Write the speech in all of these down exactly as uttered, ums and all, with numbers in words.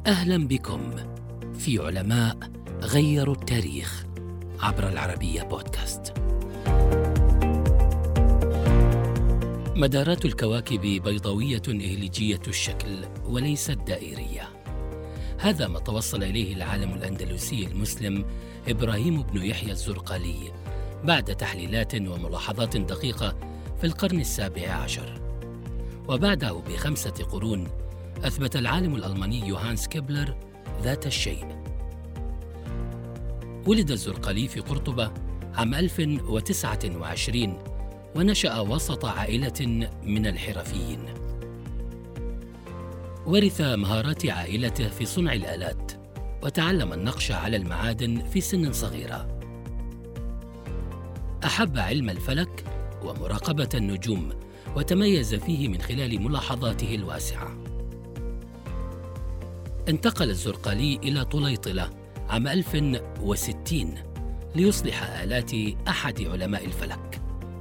أهلا بكم في علماء غيروا التاريخ عبر العربية بودكاست. مدارات الكواكب بيضاوية إهليجية الشكل وليست دائرية. هذا ما توصل إليه العالم الأندلسي المسلم إبراهيم بن يحيى الزرقالي بعد تحليلات وملاحظات دقيقة في القرن السابع عشر. وبعده بخمسة قرون أثبت العالم الألماني يوهانس كيبلر ذات الشيء. ولد الزرقالي في قرطبة عام ألف وتسعة وعشرين ونشأ وسط عائلة من الحرفيين. ورث مهارات عائلته في صنع الآلات وتعلم النقش على المعادن في سن صغيرة. أحب علم الفلك ومراقبة النجوم وتميز فيه من خلال ملاحظاته الواسعة. انتقل الزرقالي إلى طليطلة عام ألف وستين ليصلح آلات أحد علماء الفلك.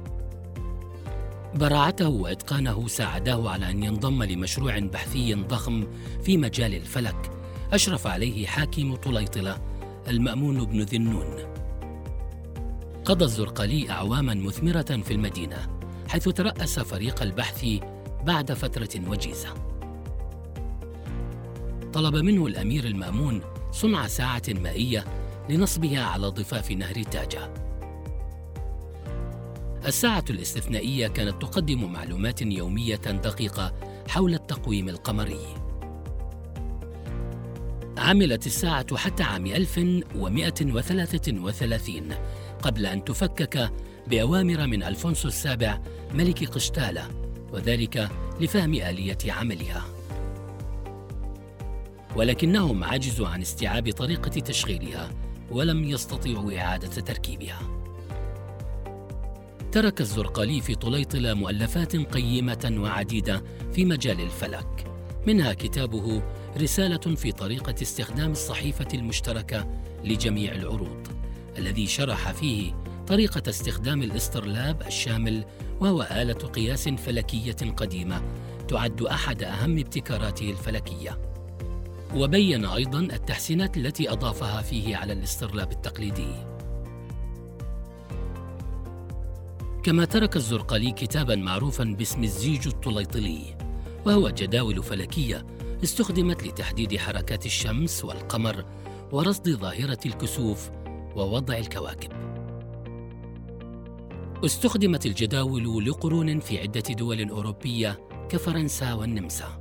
براعته وإتقانه ساعداه على أن ينضم لمشروع بحثي ضخم في مجال الفلك أشرف عليه حاكم طليطلة المأمون بن ذنون. قضى الزرقالي أعواما مثمرة في المدينة، حيث ترأس فريق البحث بعد فترة وجيزة. طلب منه الأمير المأمون صنع ساعة مائية لنصبها على ضفاف نهر تاجة. الساعة الاستثنائية كانت تقدم معلومات يومية دقيقة حول التقويم القمري. عملت الساعة حتى عام ألف ومئة وثلاثة وثلاثين قبل أن تفكك بأوامر من ألفونسو السابع ملك قشتالة، وذلك لفهم آلية عملها. ولكنهم عجزوا عن استيعاب طريقة تشغيلها ولم يستطيعوا إعادة تركيبها. ترك الزرقالي في طليطلة مؤلفات قيمة وعديدة في مجال الفلك، منها كتابه رسالة في طريقة استخدام الصحيفة المشتركة لجميع العروض، الذي شرح فيه طريقة استخدام الاسترلاب الشامل، وهو آلة قياس فلكية قديمة تعد أحد أهم ابتكاراته الفلكية. وبين أيضاً التحسينات التي أضافها فيه على الاسترلاب التقليدي. كما ترك الزرقالي كتاباً معروفاً باسم الزيج الطليطلي، وهو جداول فلكية استخدمت لتحديد حركات الشمس والقمر ورصد ظاهرة الكسوف ووضع الكواكب. استخدمت الجداول لقرون في عدة دول أوروبية كفرنسا والنمسا.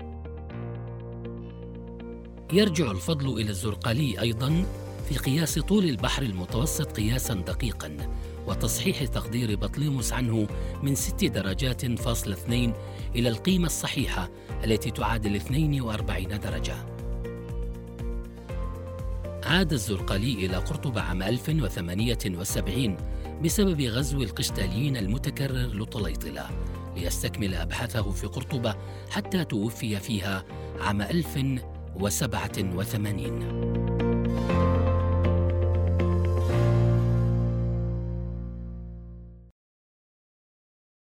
يرجع الفضل إلى الزرقالي أيضاً في قياس طول البحر المتوسط قياساً دقيقاً، وتصحيح تقدير بطليموس عنه من ست درجات فاصل اثنين إلى القيمة الصحيحة التي تعادل اثنين وأربعين درجة. عاد الزرقالي إلى قرطبة عام ألف وثمانية وسبعين بسبب غزو القشتاليين المتكرر لطليطلة ليستكمل أبحاثه في قرطبة حتى توفي فيها عام ألف وسبعة وثمانين.